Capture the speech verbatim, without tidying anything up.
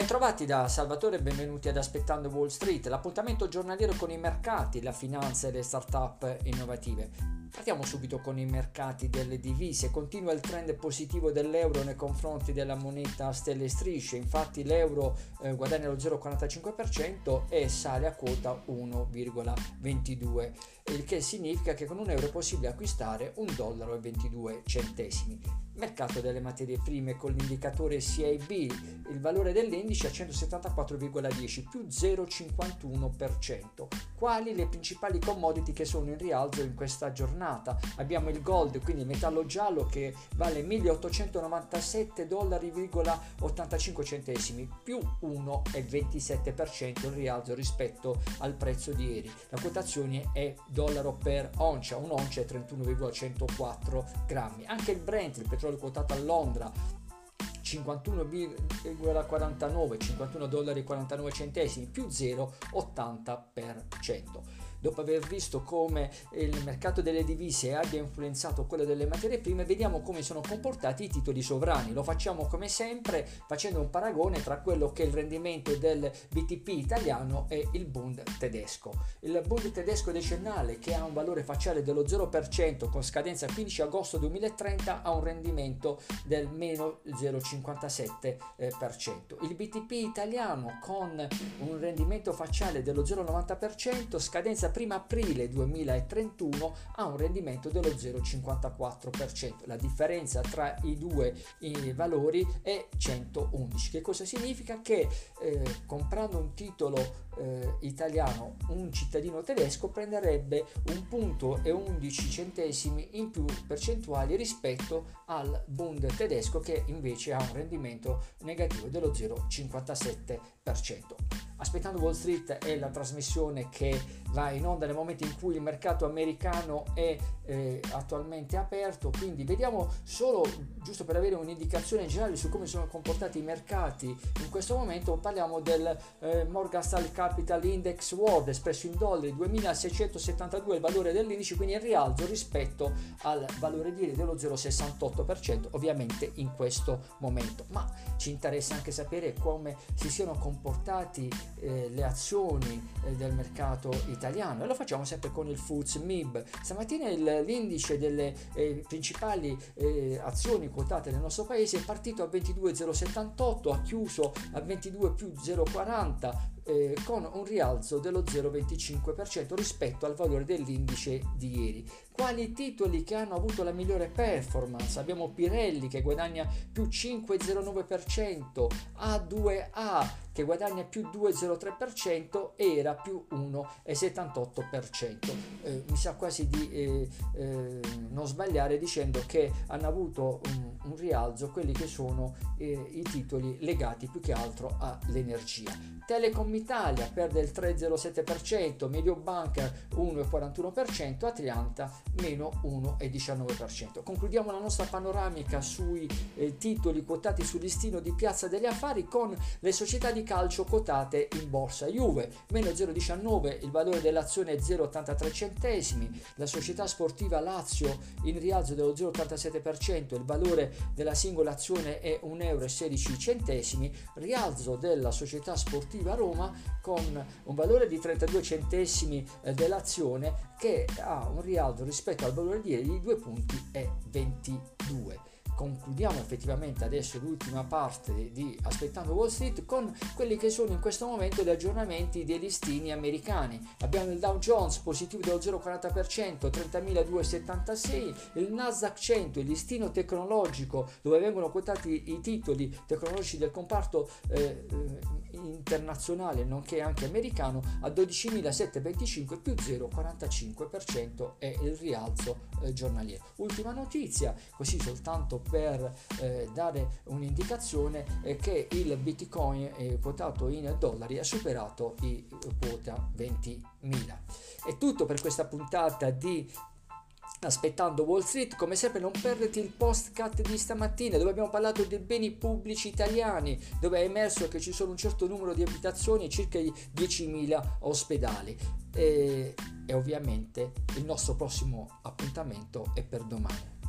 Bentrovati da Salvatore e benvenuti ad Aspettando Wall Street, l'appuntamento giornaliero con i mercati, la finanza e le start-up innovative. Partiamo subito con i mercati delle divise. Continua il trend positivo dell'euro nei confronti della moneta a stelle e strisce, infatti l'euro eh, guadagna lo zero virgola quarantacinque per cento e sale a quota uno virgola ventidue, il che significa che con un euro è possibile acquistare un dollaro e ventidue centesimi. Mercato delle materie prime con l'indicatore C I B, il valore dell'indice a centosettantaquattro virgola dieci più zero virgola cinquantuno per cento. Quali le principali commodity che sono in rialzo in questa giornata? Abbiamo il gold, quindi il metallo giallo, che vale milleottocentonovantasette dollari virgola ottantacinque centesimi più uno virgola ventisette per cento il rialzo rispetto al prezzo di ieri. La quotazione è dollaro per oncia, un'oncia è trentuno virgola centoquattro grammi. Anche il Brent, il petrolio quotato a Londra, cinquantuno virgola quarantanove, cinquantuno dollari e quarantanove centesimi più zero virgola ottanta per cento. Dopo aver visto come il mercato delle divise abbia influenzato quello delle materie prime, vediamo come sono comportati i titoli sovrani. Lo facciamo come sempre facendo un paragone tra quello che è il rendimento del B T P italiano e il Bund tedesco. Il Bund tedesco decennale, che ha un valore facciale dello zero per cento con scadenza quindici agosto duemilatrenta, ha un rendimento del meno zero virgola cinquantasette per cento. Il B T P italiano, con un rendimento facciale dello zero virgola novanta per cento, scadenza primo aprile duemilatrentuno, ha un rendimento dello zero virgola cinquantaquattro per cento. La differenza tra i due i valori è centoundici. Che cosa significa? Che eh, comprando un titolo eh, italiano, un cittadino tedesco prenderebbe un punto e undici centesimi in più percentuali rispetto al Bund tedesco, che invece ha un rendimento negativo dello zero virgola cinquantasette per cento. Aspettando Wall Street è la trasmissione che va in onda nel momento in cui il mercato americano è eh, attualmente aperto, quindi vediamo solo, giusto per avere un'indicazione generale su come sono comportati i mercati in questo momento, parliamo del eh, Morgan Stanley Capital Index World espresso in dollari, duemilaseicentosettantadue il valore dell'indice, quindi in rialzo rispetto al valore di ieri dello zero virgola sessantotto per cento ovviamente in questo momento. Ma ci interessa anche sapere come si siano comportati eh, le azioni eh, del mercato italiano, e lo facciamo sempre con il F T S E M I B. Stamattina il, l'indice delle eh, principali eh, azioni quotate nel nostro paese è partito a ventidue virgola zero settantotto, ha chiuso a ventidue più zero virgola quaranta, Eh, con un rialzo dello zero virgola venticinque per cento rispetto al valore dell'indice di ieri. Quali titoli che hanno avuto la migliore performance? Abbiamo Pirelli che guadagna più cinque virgola zero nove per cento, A due A che guadagna più due virgola zero tre per cento, era più uno virgola settantotto per cento. Eh, mi sa quasi di eh, eh, non sbagliare dicendo che hanno avuto un, un rialzo quelli che sono eh, i titoli legati più che altro all'energia. Telecom Italia perde il tre virgola zero sette per cento, Mediobanca uno virgola quarantuno per cento, Atlanta meno uno virgola diciannove per cento. Concludiamo la nostra panoramica sui eh, titoli quotati sul listino di Piazza degli Affari con le società di calcio quotate in borsa. Juve meno zero virgola diciannove, il valore dell'azione è zero virgola ottantatré centesimi, la società sportiva Lazio in rialzo dello zero virgola ottantasette per cento, il valore della singola azione è un euro e sedici centesimi, rialzo della società sportiva Roma con un valore di trentadue centesimi dell'azione, che ha un rialzo rispetto al valore di ieri di due punti e ventidue. Concludiamo effettivamente adesso l'ultima parte di Aspettando Wall Street con quelli che sono in questo momento gli aggiornamenti dei listini americani. Abbiamo il Dow Jones positivo dello zero virgola quaranta per cento, trentamiladuecentosettantasei, il Nasdaq cento, il listino tecnologico dove vengono quotati i titoli tecnologici del comparto eh, internazionale nonché anche americano, a dodicimilasettecentoventicinque più zero virgola quarantacinque per cento è il rialzo eh, giornaliero. Ultima notizia, così soltanto per eh, dare un'indicazione, è che il Bitcoin eh, quotato in dollari ha superato i quota ventimila. È tutto per questa puntata di Aspettando Wall Street. Come sempre non perderti il postcat di stamattina dove abbiamo parlato dei beni pubblici italiani, dove è emerso che ci sono un certo numero di abitazioni e circa diecimila ospedali e, e ovviamente il nostro prossimo appuntamento è per domani.